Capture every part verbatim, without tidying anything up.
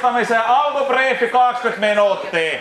aloittamiseen. Alkubriefi kaksikymmentä minuuttia.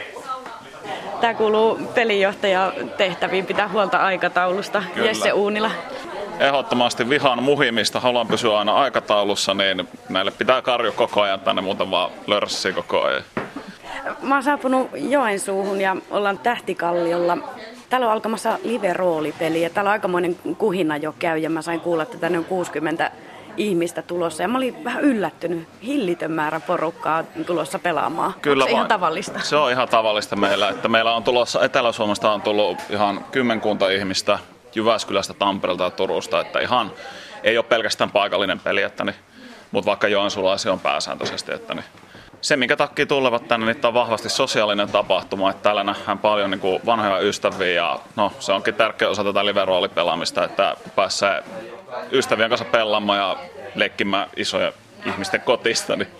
Tämä kuuluu pelinjohtajan tehtäviin pitää huolta aikataulusta. Kyllä. Jesse Uunila. Ehdottomasti vihan muhimista, haluan pysyä aina aikataulussa, niin näille pitää karju koko ajan tänne, muuten vaan lörssiä koko ajan. Mä oon saapunut Joensuuhun ja ollaan Tähtikalliolla. Täällä on alkamassa live-roolipeli ja täällä on aikamoinen kuhina jo käy ja mä sain kuulla, että tänne on kuusikymmentä ihmistä tulossa ja mä olin vähän yllättynyt. Hillitön määrä porukkaa tulossa pelaamaan. Kyllä se vaan. Ihan tavallista? Se on ihan tavallista meillä, että meillä on tulossa, Etelä-Suomesta on tullut ihan kymmenkunta ihmistä Jyväskylästä, Tampereelta ja Turusta, että ihan ei ole pelkästään paikallinen peli, että niin, mutta vaikka joensulaisia on pääsääntöisesti, että niin. Se, minkä takia tulevat tänne, niin on vahvasti sosiaalinen tapahtuma, että täällä nähdään paljon niin kuin vanhoja ystäviä ja no, se onkin tärkeä osa tätä live-roolipelaamista, että pääsee ystävien kanssa pelaamaan ja leikkimään isoja ihmisten kotista. Niin.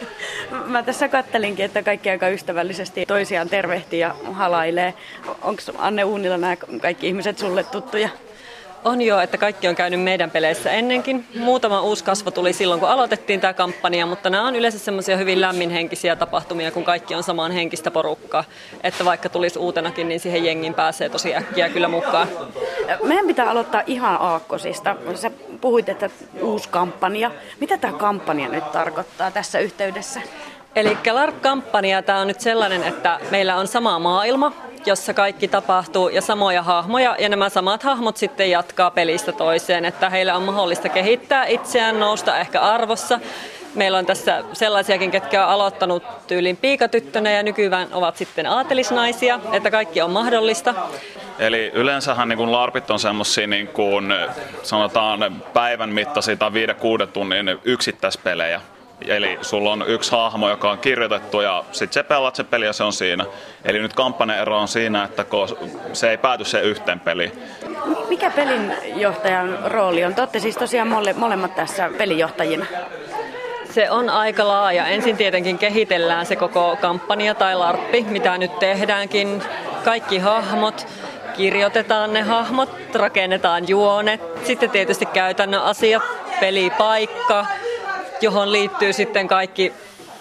Mä tässä kattelinkin, että kaikki aika ystävällisesti toisiaan tervehtii ja halailee. Onko Anne Uunila nämä kaikki ihmiset sulle tuttuja? On jo, että kaikki on käynyt meidän peleissä ennenkin. Muutama uusi kasvo tuli silloin, kun aloitettiin tämä kampanja, mutta nämä on yleensä semmoisia hyvin lämminhenkisiä tapahtumia, kun kaikki on samaan henkistä porukkaa. Että vaikka tulisi uutenakin, niin siihen jengiin pääsee tosi äkkiä kyllä mukaan. Meidän pitää aloittaa ihan aakkosista. Sä puhuit, että uusi kampanja. Mitä tämä kampanja nyt tarkoittaa tässä yhteydessä? Eli LARP-kampanja, tämä on nyt sellainen, että meillä on sama maailma, jossa kaikki tapahtuu ja samoja hahmoja, ja nämä samat hahmot sitten jatkaa pelistä toiseen, että heillä on mahdollista kehittää itseään, nousta ehkä arvossa. Meillä on tässä sellaisiakin, ketkä on aloittanut tyylin piikatyttönä ja nykyään ovat sitten aatelisnaisia, että kaikki on mahdollista. Eli yleensähän niin kuin LARPit on semmosia niin kuin sanotaan päivän mittaisia tai viiden kuuden tunnin yksittäispelejä. Eli sulla on yksi hahmo, joka on kirjoitettu ja sitten sä pelaat se peli ja se on siinä. Eli nyt kampanjan ero on siinä, että se ei pääty se yhteen peliin. Mikä pelinjohtajan rooli on? Te olette siis tosiaan mole, molemmat tässä pelinjohtajina. Se on aika laaja. Ensin tietenkin kehitellään se koko kampanja tai larppi, mitä nyt tehdäänkin. Kaikki hahmot, kirjoitetaan ne hahmot, rakennetaan juonet. Sitten tietysti käytännön asiat, pelipaikka, johon liittyy sitten kaikki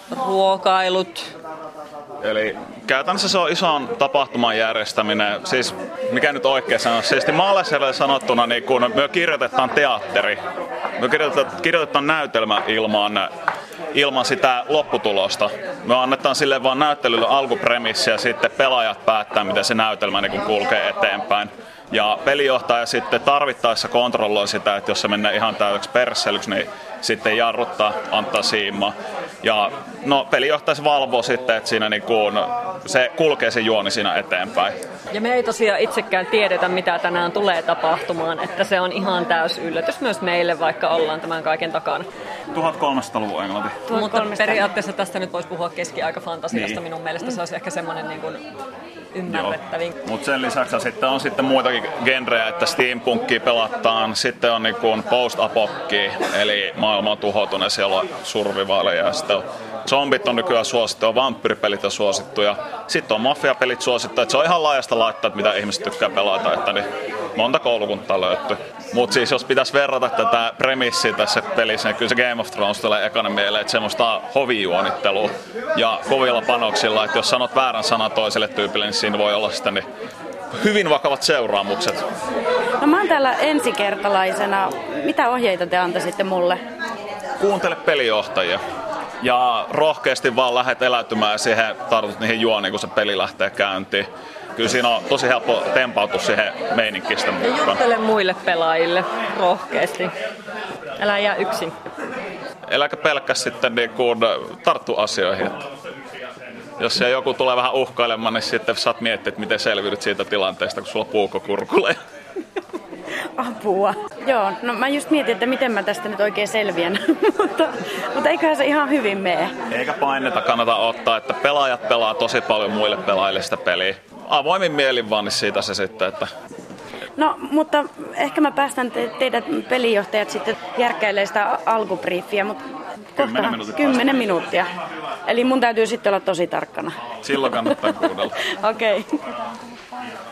ruokailut. Eli käytännössä se on ison tapahtuman järjestäminen, siis mikä nyt oikein sanoa, siis maalaisjärjellä sanottuna niin kun me kirjoitetaan teatteri, me kirjoitetaan, kirjoitetaan näytelmä ilman, ilman sitä lopputulosta. Me annetaan sille vaan näyttelylle alkupremissi ja sitten pelaajat päättää, miten se näytelmä niin kun kulkee eteenpäin. Ja pelijohtaja sitten tarvittaessa kontrolloi sitä, että jos se menee ihan täydeksi persselyksi, niin sitten jarruttaa, antaa siimaa. Ja no, pelijohtaja se valvoo sitten, että siinä niin kuin, se kulkee se juoni siinä eteenpäin. Ja me ei tosiaan itsekään tiedetä, mitä tänään tulee tapahtumaan, että se on ihan täys yllätys myös meille, vaikka ollaan tämän kaiken takana. tuhatkolmesataaluvun englanti. Mutta periaatteessa tästä nyt voisi puhua keskiaikafantasiasta. Niin. Minun mielestä se olisi ehkä semmoinen niin kuin ymmärrettävin. Mutta sen lisäksi sitten on sitten muitakin genrejä, että steampunkia pelataan, sitten on niin post-apokki, eli maailma on tuhoutunut, siellä on survivaaleja ja sitten on zombit on nykyään suosittu, on vampyyripelit on suosittu ja sitten on mafiapelit suosittu, että se on ihan laajasta laittaa, että mitä ihmiset tykkää pelata, että niin monta koulukuntaa löytyy. Mutta siis jos pitäisi verrata tätä premissiä tässä pelissä, niin kyllä se Game of Thrones tulee ekana mieleen, että semmoista hovijuonittelua ja kovilla panoksilla, että jos sanot väärän sanan toiselle tyypille, niin siinä voi olla sitten niin hyvin vakavat seuraamukset. No mä oon täällä ensikertalaisena. Mitä ohjeita te antaisitte mulle? Kuuntele pelijohtajia. Ja rohkeasti vaan lähdet eläytymään ja siihen tartut niihin juoniin, kun se peli lähtee käyntiin. Kyllä siinä on tosi helppo tempautua siihen meininkistä mukaan. Ja juttele muille pelaajille rohkeasti. Älä jää yksin. Äläkä pelkäs sitten niin kuin tarttu asioihin. Että jos siellä joku tulee vähän uhkailemaan, niin sitten saat miettiä, että miten selviydyt siitä tilanteesta, kun sulla puukko kurkulee. Apua. Joo, no mä just mietin, että miten mä tästä nyt oikein selviän, mutta, mutta eiköhän se ihan hyvin mene. Eikä painetta kannata ottaa, että pelaajat pelaa tosi paljon muille pelaajille sitä peliä. Avoimin mielin vaan, niin siitä se sitten, että... No, mutta ehkä mä päästän te- teidät pelijohtajat sitten järkkäilemään sitä alkubrieffiä, mutta Kymmenen minuuttia. Kymmenen minuuttia. Eli mun täytyy sitten olla tosi tarkkana. Silloin kannattaa kuunnella. Okei. Okay.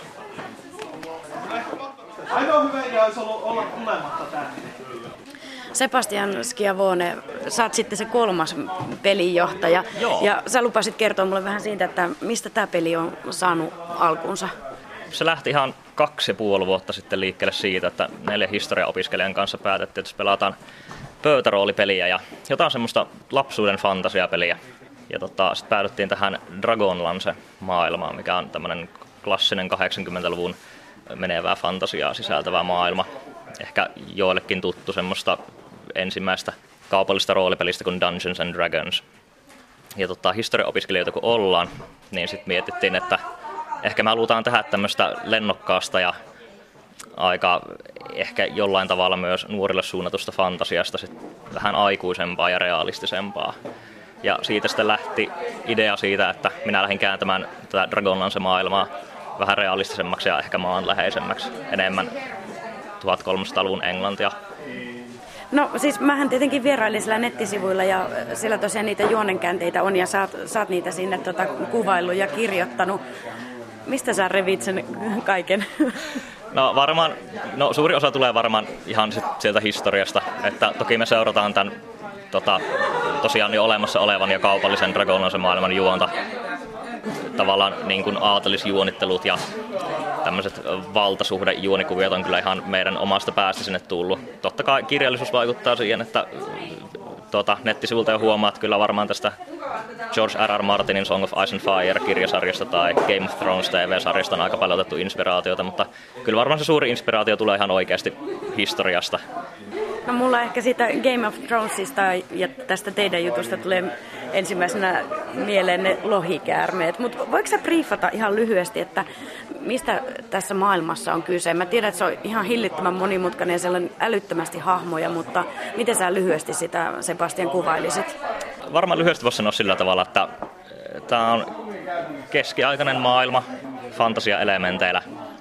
Ainoa hyvä idea olisi ollut olla tulematta tänne. Sebastian Schiavone, sä oot sitten se kolmas pelinjohtaja. Joo. Ja sä lupasit kertoa mulle vähän siitä, että mistä tämä peli on saanut alkunsa. Se lähti ihan kaksi ja puoli vuotta sitten liikkeelle siitä, että neljä historiaopiskelijan kanssa päätettiin, että pelataan pöytäroolipeliä ja jotain semmoista lapsuuden fantasiapeliä. Ja tota, sitten päädyttiin tähän Dragonlance-maailmaan, mikä on tämmöinen klassinen kahdeksankymmentäluvun menevää fantasiaa sisältävä maailma. Ehkä joillekin tuttu semmoista ensimmäistä kaupallista roolipelistä kuin Dungeons and Dragons. Ja tota, historiaopiskelijoita kun ollaan, niin sitten mietittiin, että ehkä me halutaan tehdä tämmöistä lennokkaasta ja aika ehkä jollain tavalla myös nuorille suunnatusta fantasiasta sit vähän aikuisempaa ja realistisempaa. Ja siitä sitten lähti idea siitä, että minä lähdin kääntämään tätä Dragonlance-maailmaa vähän realistisemmaksi ja ehkä maanläheisemmäksi, enemmän tuhatkolmesataaluvun Englantia. No siis mähän tietenkin vierailin siellä nettisivuilla ja siellä tosiaan niitä juonenkäänteitä on ja sä oot, sä oot niitä sinne tota, kuvaillut ja kirjoittanut. Mistä sä revit sen kaiken? No varmaan, no suuri osa tulee varmaan ihan sit sieltä historiasta, että toki me seurataan tämän tota, tosiaan jo olemassa olevan ja kaupallisen Dragonlance-maailman juonta. Tavallaan niin kuin aatelisjuonittelut ja tämmöiset valtasuhdejuonikuviot on kyllä ihan meidän omasta päästä sinne tullut. Totta kai kirjallisuus vaikuttaa siihen, että tuota, nettisivulta jo huomaat kyllä varmaan tästä George R R. Martinin Song of Ice and Fire-kirjasarjasta tai Game of Thrones T V-sarjasta on aika paljon otettu inspiraatiota, mutta kyllä varmaan se suuri inspiraatio tulee ihan oikeasti historiasta. No mulla ehkä siitä Game of Thronesista ja tästä teidän jutusta tulee ensimmäisenä mieleen ne lohikäärmeet. Mutta voiko sä briefata ihan lyhyesti, että mistä tässä maailmassa on kyse? Mä tiedän, että se on ihan hillittömän monimutkainen ja siellä on älyttömästi hahmoja, mutta miten sä lyhyesti sitä, Sebastian, kuvailisit? Varmaan lyhyesti voisi sanoa sillä tavalla, että tämä on keskiaikainen maailma fantasiaelementeillä,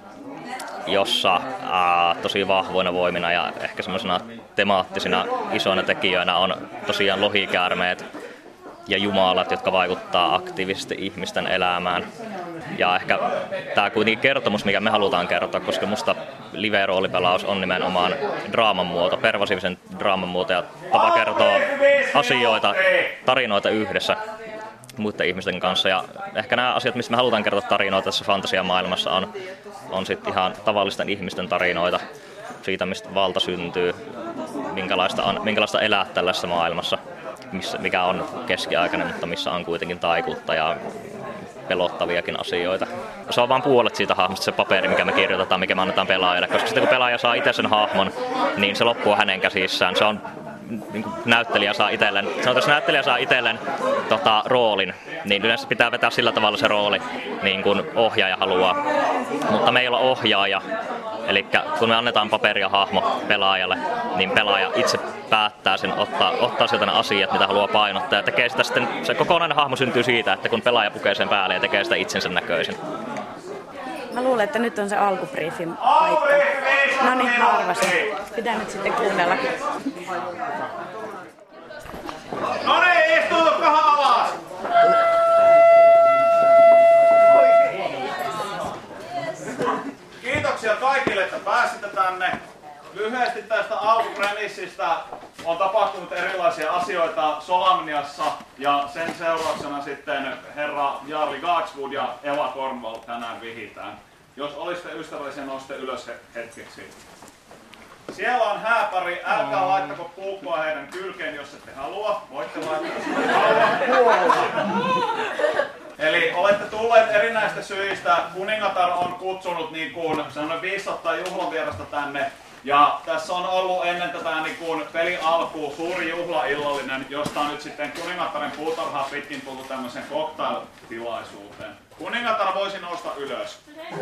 jossa ää, tosi vahvoina voimina ja ehkä semmoisena temaattisina isoina tekijöinä on tosiaan lohikäärmeet ja jumalat, jotka vaikuttaa aktiivisesti ihmisten elämään. Ja ehkä tämä kuitenkin kertomus, mikä me halutaan kertoa, koska musta live-roolipelaus on nimenomaan draaman muoto, pervasiivisen draaman muoto ja tapa kertoa asioita, tarinoita yhdessä muiden ihmisten kanssa. Ja ehkä nämä asiat, mistä me halutaan kertoa tarinoita tässä fantasiamaailmassa, on, on sitten ihan tavallisten ihmisten tarinoita siitä, mistä valta syntyy, minkälaista, on, minkälaista elää tällaisessa maailmassa, missä, mikä on keskiaikainen, mutta missä on kuitenkin taikuutta ja pelottaviakin asioita. Se on vain puolet siitä hahmosta, se paperi, mikä me kirjoitetaan, mikä me annetaan pelaajalle, koska sitten kun pelaaja saa itse sen hahmon, niin se loppuu hänen käsissään. Se on niin kuin näyttelijä saa itselleen, sanotaan, jos näyttelijä saa itselleen tota, roolin, niin yleensä pitää vetää sillä tavalla se rooli, niin kuin ohjaaja haluaa. Mutta me ei olla ohjaaja, eli kun me annetaan paperi ja hahmo pelaajalle, niin pelaaja itse päättää sen, ottaa, ottaa sieltä ne asiat, mitä haluaa painottaa, ja tekee sitä sitten, se kokonainen hahmo syntyy siitä, että kun pelaaja pukee sen päälle ja tekee sitä itsensä näköisen. Mä luulen, että nyt on se alkubriefin paikka. No niin, mä arvasin. Pitää nyt sitten kuunnella. No niin, istuutukahan alas! Kiitoksia kaikille, että pääsitte tänne. Lyhyesti tästä alkupremissistä on tapahtunut erilaisia asioita Solamniassa ja sen seurauksena sitten herra Jarli Gagswood ja Eva Cornwall tänään vihitään. Jos olisitte ystävällisiä, nousitte ylös hetkeksi. Siellä on hääpari, älkää laittako puukkoa heidän kylkeen, jos ette halua. Voitte laittaa sitä. Eli olette tulleet erinäistä syistä. Kuningatar on kutsunut niin kuin viisisataa juhlavierasta tänne. Ja tässä on ollut ennen tätä niin kuin pelin alkuun suuri juhlaillallinen, josta on nyt sitten kuningattaren puutarhaa pitkin tullut tämmöisen cocktail-tilaisuuteen. Kuningatar voisi nousta ylös.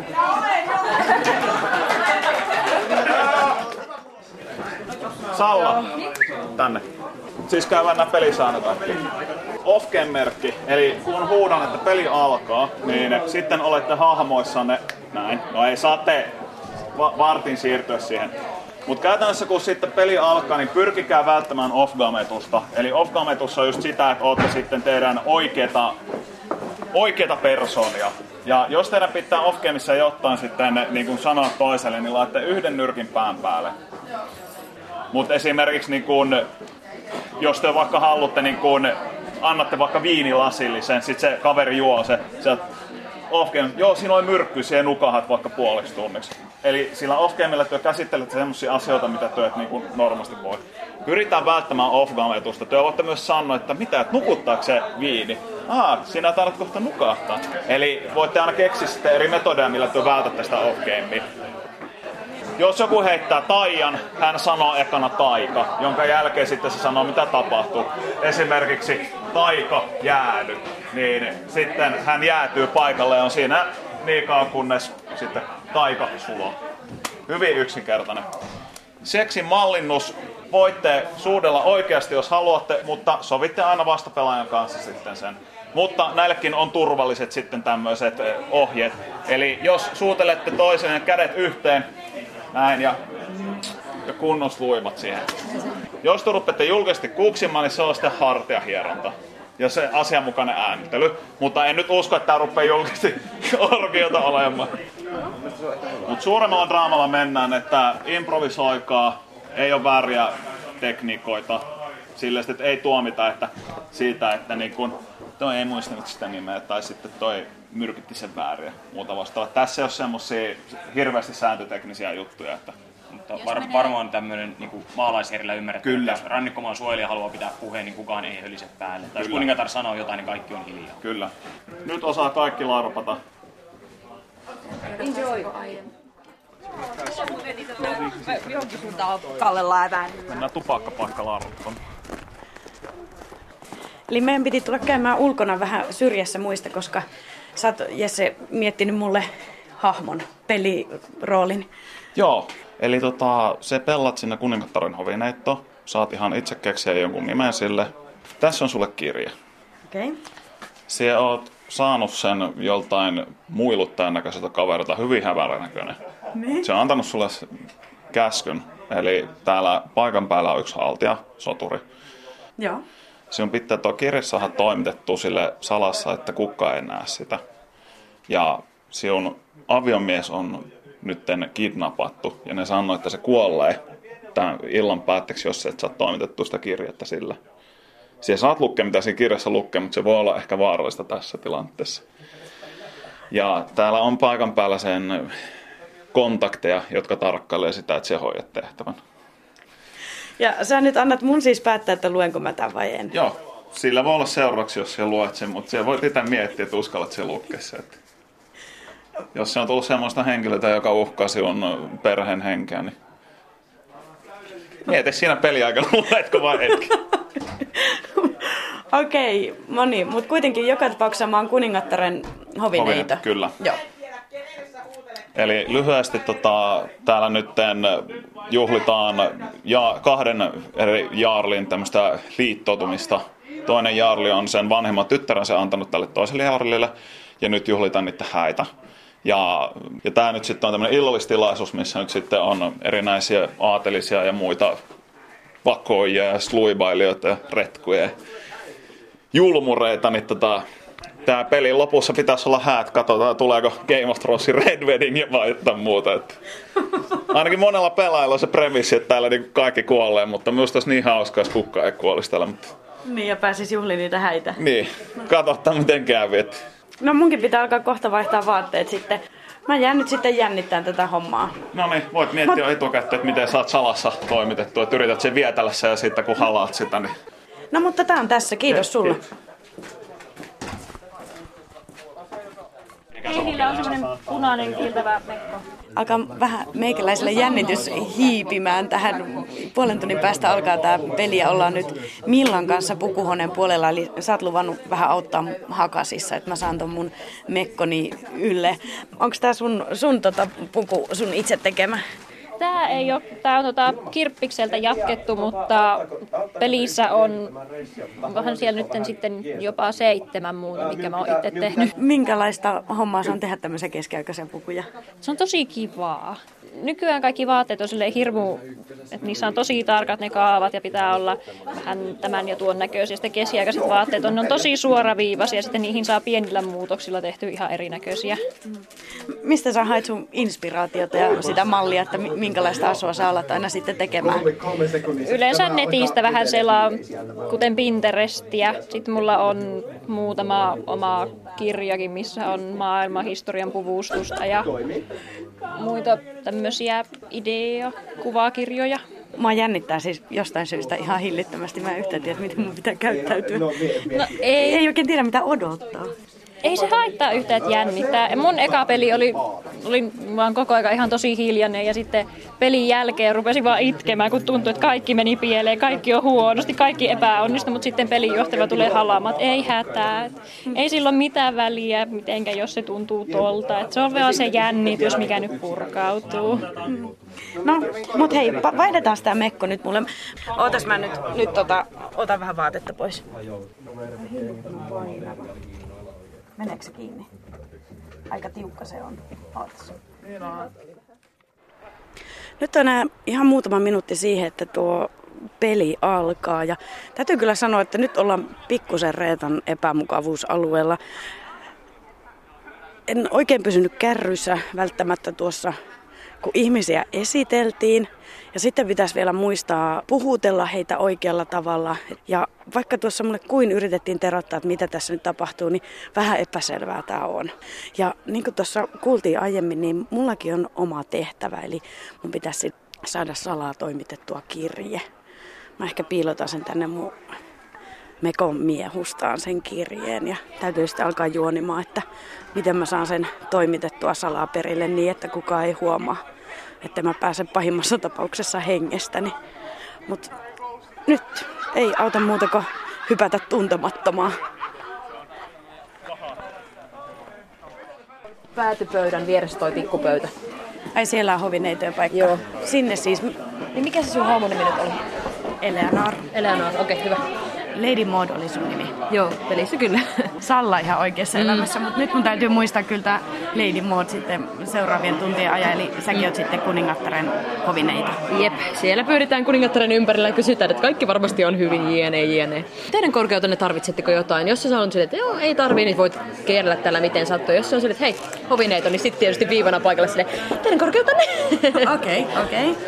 Salla, tänne. Siis käydään nämä pelisäännöt. Off-cam-merkki, eli kun huudan, että peli alkaa, niin sitten olette hahmoissanne, näin, no ei saatte va- vartin siirtyä siihen. Mutta käytännössä kun sitten peli alkaa, niin pyrkikää välttämään off-gametusta. Eli off-gametus on just sitä, että ootte sitten teidän oikeita, oikeita persoonia. Ja jos teidän pitää off-gameissa jotain sitten niin kun sanoa toiselle, niin laitte yhden nyrkin pään päälle. Mutta esimerkiksi niin kun, jos te vaikka haluatte, niin kun, annatte vaikka viinilasillisen, sit se kaveri juo se, se off-game, joo, siinä oli myrkky, siihen nukahat vaikka puoleksi tunniksi. Eli sillä off-gameilla työ käsittelette sellaisia asioita, mitä työt niin kuin normaalisti voi. Pyritään välttämään off-game-etusta. Työ voitte myös sanoa, että mitä, että nukuttaako se viini? Aa, sinä tarvitset kohta nukahtaa. Eli voitte aina keksiä sitten eri metodeja, millä työ vältätte sitä off-gamea. Jos joku heittää taian, hän sanoo ekana taika, jonka jälkeen sitten se sanoo mitä tapahtuu. Esimerkiksi taika jäädy, niin sitten hän jäätyy paikalle ja on siinä niin kauan kunnes sitten taika sulaa. Hyvin yksinkertainen. Seksin mallinnus voitte suudella oikeasti jos haluatte, mutta sovitte aina vastapelaajan kanssa sitten sen. Mutta näillekin on turvalliset sitten tämmöiset ohjeet. Eli jos suutelette toisen kädet yhteen, näin ja, ja kunnosluimat siihen. Jos te rupeatte julkisesti kuksimaan, niin se on sitten hartiahieronta. Ja se asianmukainen äänittely. Mutta en nyt usko, että tämä rupeaa julkisesti orgiota olemaan. Mutta suuremmalla draamalla mennään, että improvisoikaa, ei ole vääriä tekniikoita. Sillä että ei tuomita että siitä, että niin kun, toi ei muistanut sitä nimeä tai sitten toi myrkytti sen vääriä muuta vastaavaa. Tässä ei ole semmosia hirveästi sääntöteknisiä juttuja. Että mutta var, varmaan tämmöinen niin maalaisherillä ymmärrettävä. Kyllä. Jos rannikkomaan suojelija haluaa pitää puheen, niin kukaan ei hölise päälle. Tai jos kuningatar sanoo jotain, niin kaikki on hiljaa. Kyllä. Nyt osaa kaikki larpata. Enjoy. Johonkin suuntaan kallellaan ja vähän. Mennään tupakkapaikka larpaan. Eli meidän piti tulla käymään ulkona vähän syrjässä muista, koska sä oot, Jesse, miettinyt mulle hahmon, peliroolin. Joo, eli tota, se pellat sinne kuningattaren hovineitto. Saat ihan itse keksiä jonkun nimen sille. Tässä on sulle kirje. Okei. Okay. Sä oot saanut sen joltain muiluttajan näköiseltä kaverilta, hyvin hämärän näköinen. Niin? Se on antanut sulle käskyn. Eli täällä paikan päällä on yksi haltija, soturi. Joo. Sinun pitää tuo kirje saada toimitettua sille salassa, että kukaan ei näe sitä. Ja sinun aviomies on nytten kidnappattu ja ne sanoo, että se kuolee tämän illan päätteeksi, jos et saa toimitettua sitä kirjettä sille. Siellä saat lukea, mitä siinä kirjassa lukee, mutta se voi olla ehkä vaarallista tässä tilanteessa. Ja täällä on paikan päällä sen kontakteja, jotka tarkkailee sitä, että se hoidat tehtävän. Ja sä nyt annat mun siis päättää, että luenko mä tämän vai en? Joo, sillä voi olla seuraavaksi, jos sä luet sen, mutta siellä voi itse miettiä, että uskallat sen lukea se. Että jos se on tullut semmoista henkilöä, joka uhkaa sinun perheen henkeä, niin mieti siinä peliaikana, luetko vai etkä. Okei, okay, moni, mutta kuitenkin joka tapauksessa mä oon kuningattaren hovineito. Hovinen, kyllä. Joo. Eli lyhyesti tota, täällä nyt juhlitaan ja kahden eri jaarlin tämmöistä liittoutumista. Toinen jaarli on sen vanhemman tyttärensä antanut tälle toiselle jaarlille ja nyt juhlitaan niitä häitä. Ja, ja tämä nyt sitten on tämmöinen illallistilaisuus, missä nyt sitten on erinäisiä aatelisia ja muita vakoijia ja sluibailijoita ja retkuja ja julmureita, niin tota, tää pelin lopussa pitäisi olla häät, katsotaan tuleeko Game of Thronesin Red Wedding vai jotain muuta. Että ainakin monella pelaajalla on se premissi, että täällä niin kaikki kuolee, mutta minusta olisi niin hauskaa, jos kukaan ei kuolisi täällä. Mutta Niin, ja pääsis juhliin niitä häitä. niin, katsotaan miten kävi. No munkin pitää alkaa kohta vaihtaa vaatteet sitten. Mä jään nyt sitten jännittämään tätä hommaa. No niin, voit miettiä jo etukäteen, että miten saat salassa toimitettua. Että yrität sen vietellä sen ja sitten kun halaat sitä, niin No mutta tää on tässä, kiitos sulle. Kiitos. Niillä on semmoinen punainen kiiltävä mekko. Alkaa vähän meikäläisellä jännitys hiipimään tähän. Puolen tunnin päästä alkaa tää peli ja ollaan nyt Millan kanssa pukuhuoneen puolella. Eli sä oot luvannut vähän auttaa hakasissa, että mä saan ton mun mekkoni ylle. Onks tää sun, sun tota puku sun itse tekemä? Tää ei ole, tää on tota kirppikseltä jatkettu, mutta pelissä on, onkohan siellä nyt sitten jopa seitsemän muuta, mikä mä oon itse tehnyt. Minkälaista hommaa se on tehdä tämmöisiä keskiaikaisia pukuja? Se on tosi kivaa. nykyään kaikki vaatteet on silleen hirmu, että niissä on tosi tarkat ne kaavat ja pitää olla vähän tämän ja tuon näköisiä. Sitten keskiaikaiset vaatteet on, ne on tosi suoraviivaisia ja sitten niihin saa pienillä muutoksilla tehty ihan erinäköisiä. Mistä sä hait sun inspiraatiota ja sitä mallia, että minkälaista asua sä alat aina sitten tekemään? Yleensä netistä vähän selaa, kuten Pinterestiä. Sitten mulla on muutama oma kirjakin, missä on maailmanhistorian puvustusta ja muita tämmöisiä idea, kuvakirjoja. Mua jännittää siis jostain syystä ihan hillittömästi. Mä en yhtään tiedä, miten mun pitää käyttäytyä. No ei. Ei oikein tiedä, mitä odottaa. Ei se haittaa yhtään, että jännittää. Mun eka peli oli, oli vaan koko ajan ihan tosi hiljainen ja sitten pelin jälkeen rupesin vaan itkemään, kun tuntui, että kaikki meni pieleen, kaikki on huonosti, kaikki epäonnistui, mutta sitten pelinjohtava tulee halaamaan, että ei hätää, että ei sillä ole mitään väliä, mitenkään, jos se tuntuu tolta. Että se on vaan se jännitys, mikä nyt purkautuu. No, mut hei, vaihdetaan sitä Mekko nyt mulle. Ootas mä nyt, nyt tota, otan vähän vaatetta pois. Meneekö se kiinni? Aika tiukka se on. Ootas. Nyt on enää ihan muutama minuutti siihen, että tuo peli alkaa. Ja täytyy kyllä sanoa, että nyt ollaan pikkusen Reetan epämukavuusalueella. En oikein pysynyt kärryssä välttämättä tuossa, kun ihmisiä esiteltiin. Ja sitten pitäisi vielä muistaa puhutella heitä oikealla tavalla. Ja vaikka tuossa mulle kuin yritettiin terottaa, että mitä tässä nyt tapahtuu, niin vähän epäselvää tämä on. Ja niin kuin tuossa kuultiin aiemmin, niin mullakin on oma tehtävä. Eli mun pitäisi saada salaa toimitettua kirje. Mä ehkä piilotan sen tänne mun Mekon miehustaan sen kirjeen. Ja täytyy sitten alkaa juonimaan, että miten mä saan sen toimitettua salaa perille niin, että kukaan ei huomaa, että mä pääsen pahimmassa tapauksessa hengestäni. Mutta nyt ei auta muuta kuin hypätä tuntemattomaan. Päätypöydän vieressä toi pikkupöytä. Ai siellä on hovineitojen paikka. Joo. Sinne siis. Niin mikä se sun hahmon nimi nyt oli? Eleanor. Eleanor, okei, okay, hyvä. Lady Maud oli sun nimi. Joo, pelissä kyllä. Salla ihan oikeassa mm. elämässä, mutta nyt mun täytyy muistaa kyllä tää Lady Maud sitten seuraavien tuntien ajan, eli säkin oot sitten kuningattaren hovineita. Jep, siellä pyöritään kuningattaren ympärillä ja kysytään, että kaikki varmasti on hyvin jne, jne. Teidän korkeutanne tarvitsetteko jotain? Jos sä sanot sille, että joo, ei tarvii, niin voit kierrellä tällä miten sattuu. Jos se on sille, että hei, hovineito, niin sitten tietysti viivana paikalla sille, teidän korkeutanne. Okei, okay, okei. Okay.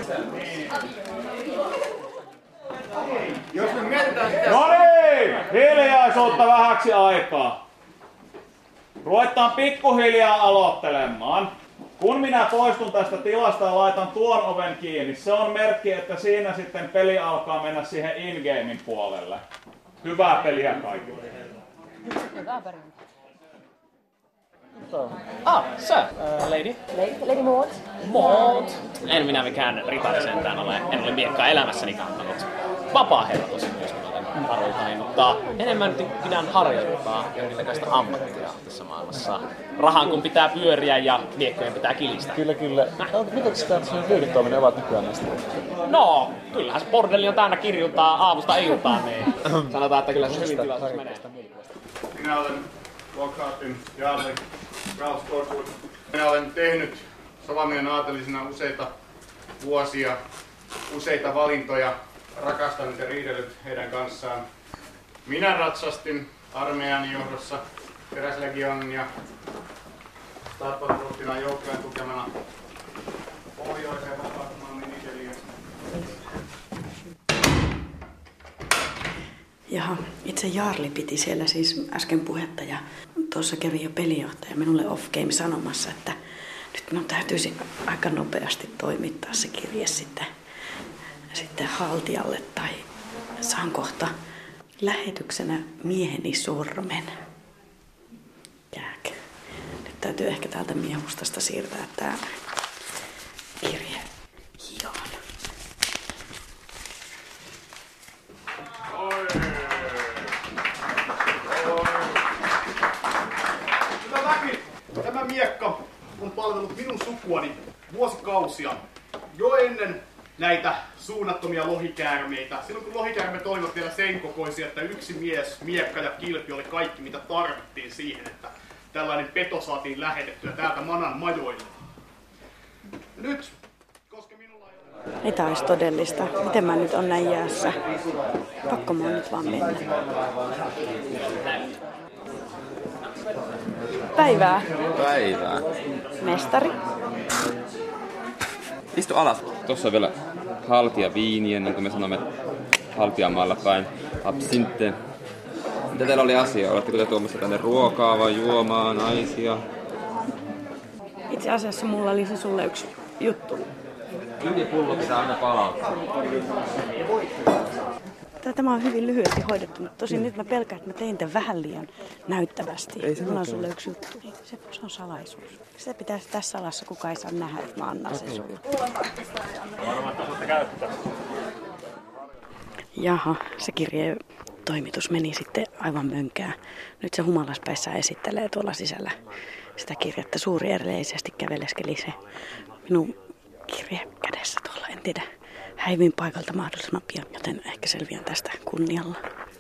Jos me mietitään sitä... No niin, hiljaisuutta vähäksi aikaa. Ruvetaan pikkuhiljaa aloittelemaan. Kun minä poistun tästä tilasta ja laitan tuon oven kiinni, se on merkki, että siinä sitten peli alkaa mennä siihen in-gamein puolelle. Hyvää peliä kaikille. Hyvää peliä. Ah, sir, uh, lady. Lady, lady Maud. Maud. En minä mikään ritari sentään ole. En ole miekkaa elämässäni kantanut. Vapaa herra tosi myös, kun olen varoitani, mutta enemmän pidän harjoittaa jonkinlaista ammattia tässä maailmassa. Rahan kun pitää pyöriä ja miekkojen pitää kilistä. Kyllä, kyllä. Mitä sitä liiketoiminen ovat nykyään näistä? No, kyllähän se bordelli on täynnä kirjuuttaa aamusta iltaan, niin sanotaan, että kyllä se hyvin tilaisuus menee. Minä olen Lockhartin Jarle Ralph Torwood. Minä olen tehnyt Savamiehen aatelisena useita vuosia, useita valintoja, rakastanut ja riidellyt heidän kanssaan. Minä ratsastin armeijan johdossa Teräslegionin ja Starpatruttinan joukkojen tukemana pohjoiseen vapautumaan Miniteliöstä. Jaha, itse Jarli piti siellä siis äsken puhetta ja tuossa kävi jo pelijohtaja minulle off-game sanomassa, että nyt minun täytyisi aika nopeasti toimittaa se kirje sitten, sitten haltijalle tai saan kohta lähetyksenä mieheni sormen. Jääkö. Nyt täytyy ehkä täältä miehustasta siirtää tämä kirje hioon. Hyvä väki! Tämä miekka on palvellut minun sukuani vuosikausia. Jo ennen näitä suunnattomia lohikäärmeitä. Silloin kun lohikäärmeet olivat vielä sen kokoisia, että yksi mies, miekka ja kilpi oli kaikki mitä tarvittiin siihen, että tällainen peto saatiin lähetettyä täältä Manan majoille. nyt, koska minulla ei ole... Ei tää olisi todellista. Miten mä nyt on näin jäässä? Pakko mä nyt vaan mennä. Päivää. Päivää. Mestari. Istu alas. Tuossa on vielä haltia viiniä, niin kuin me sanomme haltiamaalla päin. Absinthe. Mitä teillä oli asiaa? Oletteko te tuomassa tänne ruokaa vai juomaa, naisia? Itse asiassa mulla oli se sulle yksi juttu. Viinipullo pitää aina palauttaa. Tämä on hyvin lyhyesti hoidettu, mutta tosin nyt mä pelkään, että mä tein tämän vähän liian näyttävästi. Ei se mulla on sulle yksi juttu. Se, se on salaisuus. Se pitäisi tässä salassa, kukaan ei saa nähdä, että mä annan sen sulle. Jaha, se kirjeen toimitus meni sitten aivan mönkään. Nyt se humalaspäissä esittelee tuolla sisällä sitä kirjettä suurieleisesti käveleskeli se minun kirje kädessä tuolla. En tiedä, häivin paikalta mahdollisimman pian, joten ehkä selviän tästä kunnialla.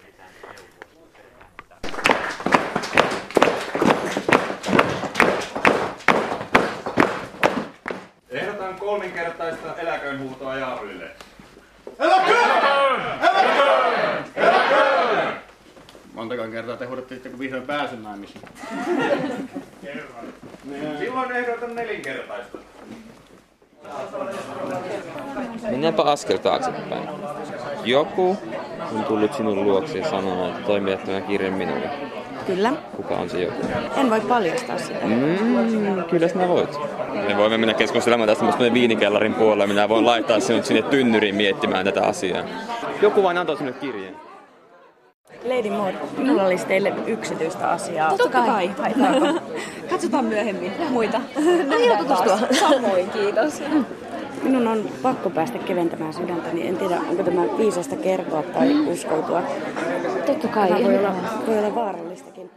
Ehdotan kolminkertaista eläköönhuutoa Jaarille. Eläköön! Eläköön! Eläköön! Montakaan kertaa te huudatte kun vihdoin pääsemään missä. Kerran. Silloin ehdotan nelinkertaista. Mennäänpä askel taaksepäin. Joku on tullut sinun luokse ja sanoo, että toimitat tämän kirjan minulle. Kyllä. Kuka on se joku? En voi paljastaa sitä. Mm, kyllä sinä voit. Me voimme mennä keskustelemaan tästä myös viinikellarin puolella. Minä voin laittaa sinut sinne tynnyriin miettimään tätä asiaa. Joku vain antoi sinulle kirjeen. Lady Maud, minulla olisi teille yksityistä asiaa. Totta kai. Haitaako? Katsotaan myöhemmin muita. Aion tutustua. Samoin, kiitos. Minun on pakko päästä keventämään sydäntä, niin en tiedä, onko tämä viisasta kertoa tai uskoutua. Totta kai. Tämä voi olla, voi olla vaarallistakin.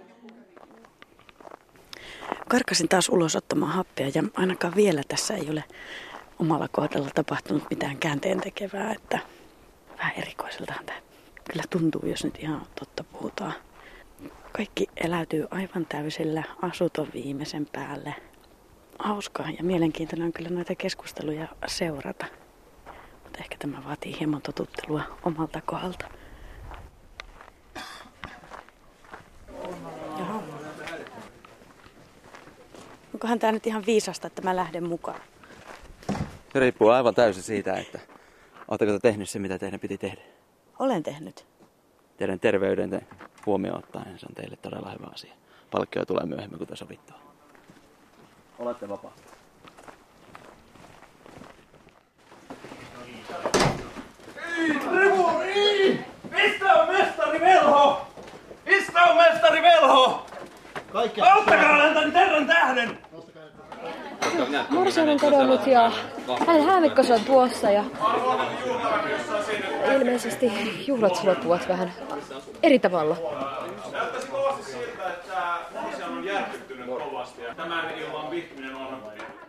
Karkasin taas ulos ottamaan happea ja ainakaan vielä tässä ei ole omalla kohdalla tapahtunut mitään käänteen tekevää, että vähän erikoiseltahan tämä kyllä tuntuu, jos nyt ihan totta puhutaan. Kaikki eläytyy aivan täysillä, asut on viimeisen päälle. Hauskaa ja mielenkiintoinen on kyllä noita keskusteluja seurata. Mutta ehkä tämä vaatii hieman totuttelua omalta kohdalta. Jaha. Onkohan tämä nyt ihan viisasta, että mä lähden mukaan? Se riippuu aivan täysin siitä, että oletteko te tehnyt se, mitä teidän piti tehdä. Olen tehnyt. Teidän terveyden huomioon ottaen se on teille todella hyvä asia. Palkkio tulee myöhemmin, kuten sovittua. Olette vapaa. Rivuri! Mistä on mestari Velho? Mistä on mestari Velho? Auttakaa häntä Terran tähden! Morsian on kadonnut ja hänen häämikkonsa on tuossa ja ilmeisesti juhlat loppuvat vähän eri tavalla. Näyttäisi kovasti siltä, että morsian on järkyttynyt kovasti ja tämän illan vihkiminen on...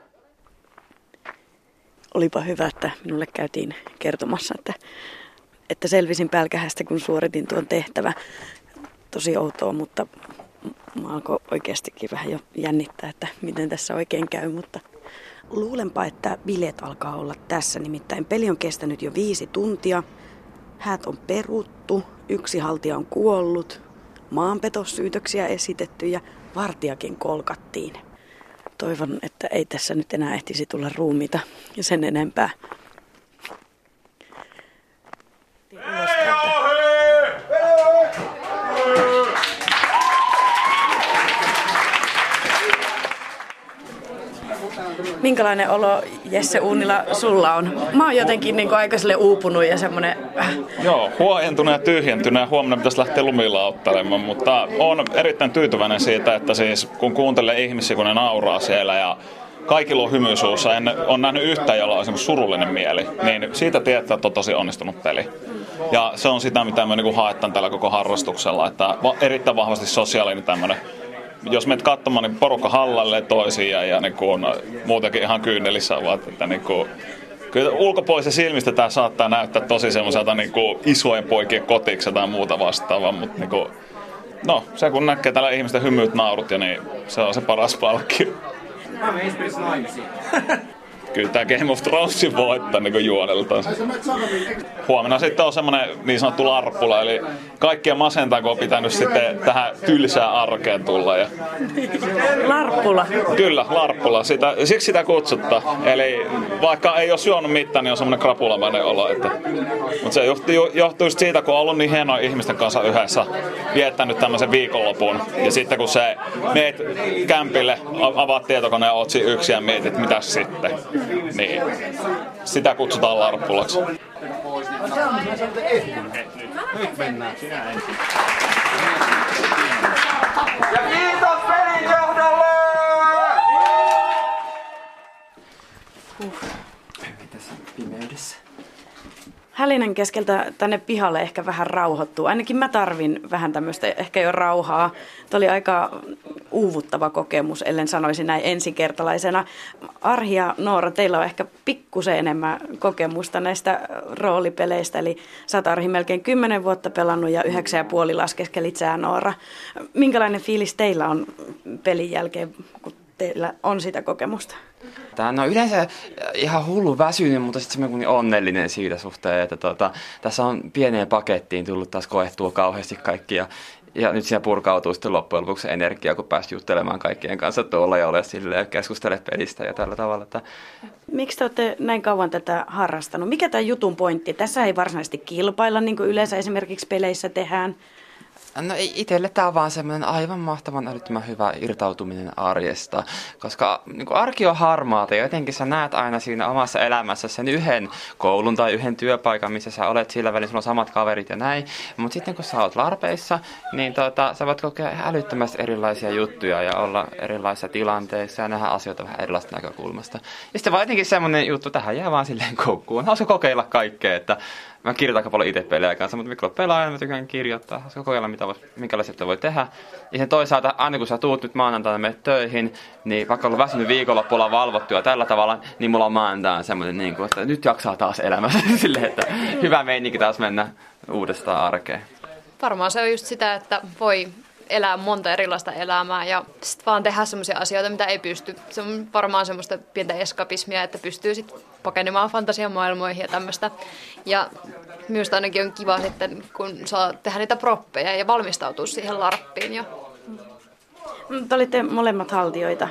Olipa hyvä, että minulle käytiin kertomassa, että, että selvisin pälkähästä, kun suoritin tuon tehtävä. Tosi outoa, mutta mä alkoi oikeastikin vähän jo jännittää, että miten tässä oikein käy, mutta luulenpa, että bileet alkaa olla tässä. Nimittäin peli on kestänyt jo viisi tuntia, häät on peruttu, yksi haltija on kuollut, maanpetossyytöksiä esitetty ja vartijakin kolkattiin. Toivon, että ei tässä nyt enää ehtisi tulla ruumiita ja sen enempää. Minkälainen olo, Jesse Uunila, sulla on? Mä oon jotenkin niin aika sille uupunut ja semmonen... Joo, huojentunut ja tyhjentynyt ja huomenna pitäisi lähteä lumilauttelemaan, mutta on erittäin tyytyväinen siitä, että siis kun kuuntelee ihmisiä, kun ne nauraa siellä ja kaikilla on hymy suussa, en ole nähnyt yhtään, jolla on surullinen mieli, niin siitä tietää, että on tosi onnistunut peli. Ja se on sitä, mitä me niin haetaan tällä koko harrastuksella, että erittäin vahvasti sosiaalinen tämmöinen. Jos menet katsomaan, niin porukka hallalle toisiaan ja niin kuin, muutenkin ihan kyynelissä ovat. Että niin kuin, kyllä ulkopuolisen silmistä tämä saattaa näyttää tosi semmoiselta niin kuin isojen poikien kotiksi tai muuta vastaavaa. Mutta niin kuin, no, se kun näkee täällä ihmisten hymyt, naurut, ja niin se on se paras palkkio. Mä menen Espirissä naimisiin. kyllä tämä Game of Thronesin voittaa niin juoneltaan. Huomenna sitten on semmoinen niin sanottu larppula, eli kaikkia masentaa, kun on pitänyt sitten tähän tylsään arkeen tulla. Ja... Larppula? Kyllä, larppula. Sitä, siksi sitä kutsuttaa. Eli vaikka ei ole syönyt mitään, niin on semmoinen krapulamainen olo. Että... Mutta se johtuu, johtuu just siitä, kun on ollut niin hienoa ihmisten kanssa yhdessä, viettänyt tämmöisen viikonlopun. Ja sitten kun se meet kämpille, avaat tietokoneen ja oot siinä yksin ja mietit, mitä sitten. Niin sitä kutsutaan larppulaksi. Nyt mennään, sinä ensin. Ja kiitos pelinjohdolle! Huh. Mitäs pimeydessä? Hälinän keskeltä tänne pihalle ehkä vähän rauhoittuu. Ainakin mä tarvin vähän tämmöistä ehkä jo rauhaa. Tämä oli aika uuvuttava kokemus, ellen sanoisi näin ensikertalaisena. Arhi ja Noora, teillä on ehkä pikkusen enemmän kokemusta näistä roolipeleistä. Eli sä oot, Arhi, melkein kymmenen vuotta pelannut ja yhdeksän ja puoli laskeskelit sä, Noora. Minkälainen fiilis teillä on pelin jälkeen, kun teillä on sitä kokemusta? Tämä on yleensä ihan hullu väsynyt, mutta sitten semmoinen onnellinen siitä suhteen, että tota, tässä on pieneen pakettiin tullut taas koettua kauheasti kaikki ja, ja nyt siinä purkautuu sitten loppujen lopuksi energia, kun pääsi juttelemaan kaikkien kanssa tuolla ja ole silleen ja keskustele pelistä ja tällä tavalla. Että... Miksi te olette näin kauan tätä harrastanut? Mikä tämä jutun pointti? Tässä ei varsinaisesti kilpailla, niin kuin yleensä esimerkiksi peleissä tehdään. No itselle tämä on vaan semmoinen aivan mahtavan älyttömän hyvä irtautuminen arjesta, koska niin kuin arki on harmaata ja jotenkin sä näet aina siinä omassa elämässä sen yhden koulun tai yhden työpaikan, missä sä olet sillä välin, sulla on samat kaverit ja näin, mutta sitten kun sä oot larpeissa, niin tota, sä voit kokea älyttömästi erilaisia juttuja ja olla erilaisissa tilanteissa ja nähdä asioita vähän erilaisesta näkökulmasta. Ja sitten vaan jotenkin semmoinen juttu, tähän jää vaan silleen koukkuun, hauska kokeilla kaikkea, että mä kirjoitan aika paljon itse pelejä kanssa, mutta mikro pelaajan mä tykkään kirjoittaa, hauska kokeilla mitä voi, minkälaisia voi tehdä. Ja sen toisaalta, aina kun sä tuut nyt maanantaina menet töihin, niin vaikka on väsynyt viikonloppuilla valvottu ja tällä tavalla, niin mulla on maanantaina semmoinen, niin kuin, että nyt jaksaa taas elämässä silleen, että hyvä meininki taas mennä uudestaan arkeen. Varmaan se on just sitä, että voi elää monta erilaista elämää ja sitten vaan tehdä semmoisia asioita, mitä ei pysty. Se on varmaan semmoista pientä eskapismia, että pystyy sitten pakenemaan fantasiamaailmoihin ja tämmöistä. Ja minusta ainakin on kiva sitten, kun saa tehdä niitä proppeja ja valmistautua siihen larppiin jo. Te olitte molemmat haltijoita.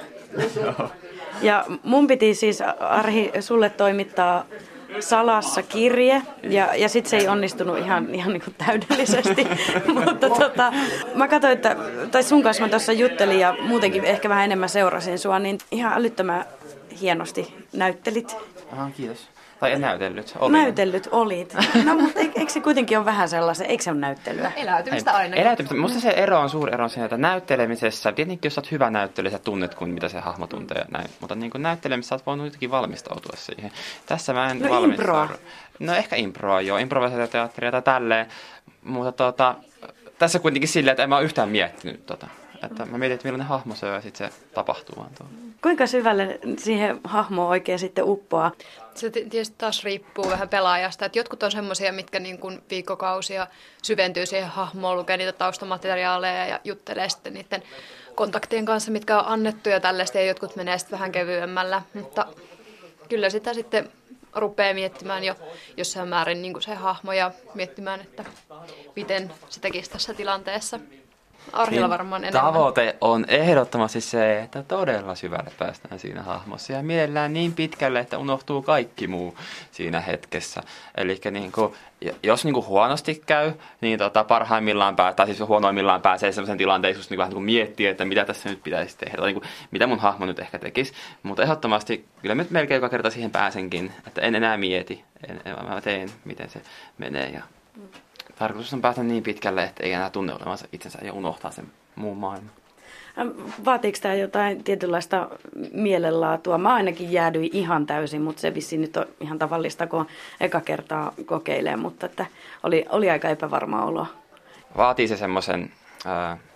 Ja mun piti siis, Arhi, sulle toimittaa salassa kirje, ja, ja sitten se ei onnistunut ihan, ihan niin kuin täydellisesti, mutta tota, mä katsoin, että, tai sun kanssa mä tuossa juttelin ja muutenkin ehkä vähän enemmän seurasin sua, niin ihan älyttömän hienosti näyttelit. Aha, kiitos. Tai en näytellyt. Olin. Näytellyt olit. No, mutta eikö se kuitenkin ole vähän sellaisen, eikö se ole näyttelyä? Eläytymistä aina. Eläytymistä. Musta se ero on suuri ero siinä, että näyttelemisessä, tietenkin jos sä oot hyvä näyttelijä, sä tunnet, kun mitä se hahmo tuntee ja näin. Mutta niin kuin näyttelemisessä sä oot voinut jotenkin valmistautua siihen. Tässä mä en no valmistaudu. Improa. No ehkä improa, joo. Improvisaatioteatteria tai tälleen. Mutta tota, tässä kuitenkin silleen, että en mä ole yhtään miettinyt tota. Että mä mietin, että millainen hahmo se on ja sitten se tapahtuu vaan tuolla. Kuinka syvälle siihen hahmoon oikein sitten uppoaa? Se tietysti taas riippuu vähän pelaajasta. Että jotkut on semmoisia, mitkä niin kuin viikkokausia syventyy siihen hahmoon, lukee niitä taustamateriaaleja ja juttelee sitten niiden kontaktien kanssa, mitkä on annettu ja tällaista. Ja jotkut menee sitten vähän kevyemmällä. Mutta kyllä sitä sitten rupeaa miettimään jo jossain määrin niin kuin se hahmo ja miettimään, että miten se tekisi tässä tilanteessa. Arhilla varmaan enemmän. Tavoite on ehdottomasti se, että todella syvälle päästään siinä hahmossa ja mielellään niin pitkälle, että unohtuu kaikki muu siinä hetkessä. Eli niin kuin, jos niin kuin huonosti käy, niin tota, parhaimmillaan pääsee, tai siis huonoimmillaan pääsee sellaisen tilanteeseen, just niin kuin, niin kuin miettiä, että mitä tässä nyt pitäisi tehdä, tai niin kuin, mitä mun hahmo nyt ehkä tekisi. Mutta ehdottomasti kyllä nyt melkein joka kerta siihen pääsenkin, että en enää mieti, en, en, mä teen, miten se menee. Ja tarkoitus on päästä niin pitkälle, että ei enää tunne olevansa itsensä ja unohtaa sen muun maailman. Vaatiiko tämä jotain tietynlaista mielenlaatua? Mä ainakin jäädyin ihan täysin, mutta se vissiin nyt on ihan tavallista, kun eka kertaa kokeilee, mutta että oli, oli aika epävarma olo. Vaatii se semmoisen äh,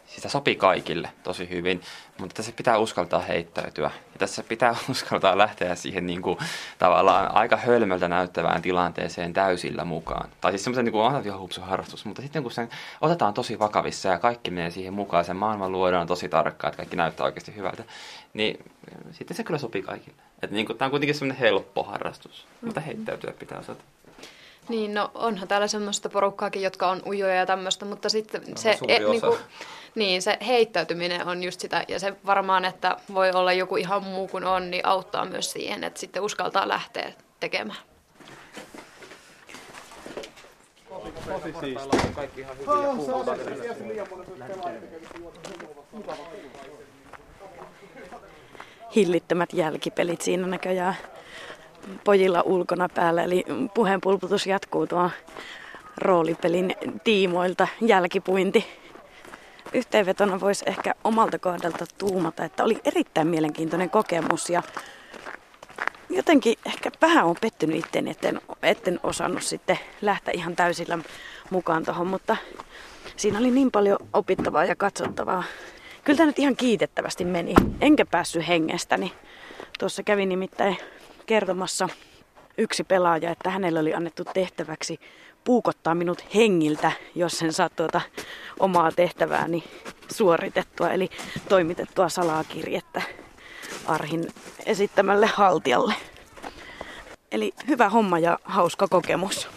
sitä sopii kaikille tosi hyvin, mutta tässä pitää uskaltaa heittäytyä. Ja tässä pitää uskaltaa lähteä siihen niin kuin, tavallaan aika hölmöltä näyttävään tilanteeseen täysillä mukaan. Tai siis semmoisen niin kuin on ihan hupsu harrastus, mutta sitten kun sen otetaan tosi vakavissa ja kaikki menee siihen mukaan, sen maailman luodaan tosi tarkkaan, että kaikki näyttää oikeasti hyvältä, niin sitten se kyllä sopii kaikille. Että niin kuin, tämä on kuitenkin semmoinen helppo harrastus, mutta heittäytyä pitää osata. Niin, no onhan täällä semmoista porukkaakin, jotka on ujoja ja tämmöistä, mutta sitten se, e, niinku, niin, se heittäytyminen on just sitä, ja se varmaan, että voi olla joku ihan muu kuin on, niin auttaa myös siihen, että sitten uskaltaa lähteä tekemään. Tosi siistiä. Kaikki ihan hyviä. Hillittömät jälkipelit siinä näköjään pojilla ulkona päällä, eli puheenpulputus jatkuu tuon roolipelin tiimoilta, jälkipuinti. Yhteenvetona voisi ehkä omalta kohdalta tuumata, että oli erittäin mielenkiintoinen kokemus ja jotenkin ehkä vähän on pettynyt itteeni, etten, etten osannut sitten lähteä ihan täysillä mukaan tuohon, mutta siinä oli niin paljon opittavaa ja katsottavaa. Kyllä tämä nyt ihan kiitettävästi meni, enkä päässyt hengestäni. Tuossa kävi nimittäin kertomassa yksi pelaaja, että hänelle oli annettu tehtäväksi puukottaa minut hengiltä, jos en saa tuota omaa tehtävääni suoritettua, eli toimitettua salakirjettä Arhin esittämälle haltijalle. Eli hyvä homma ja hauska kokemus.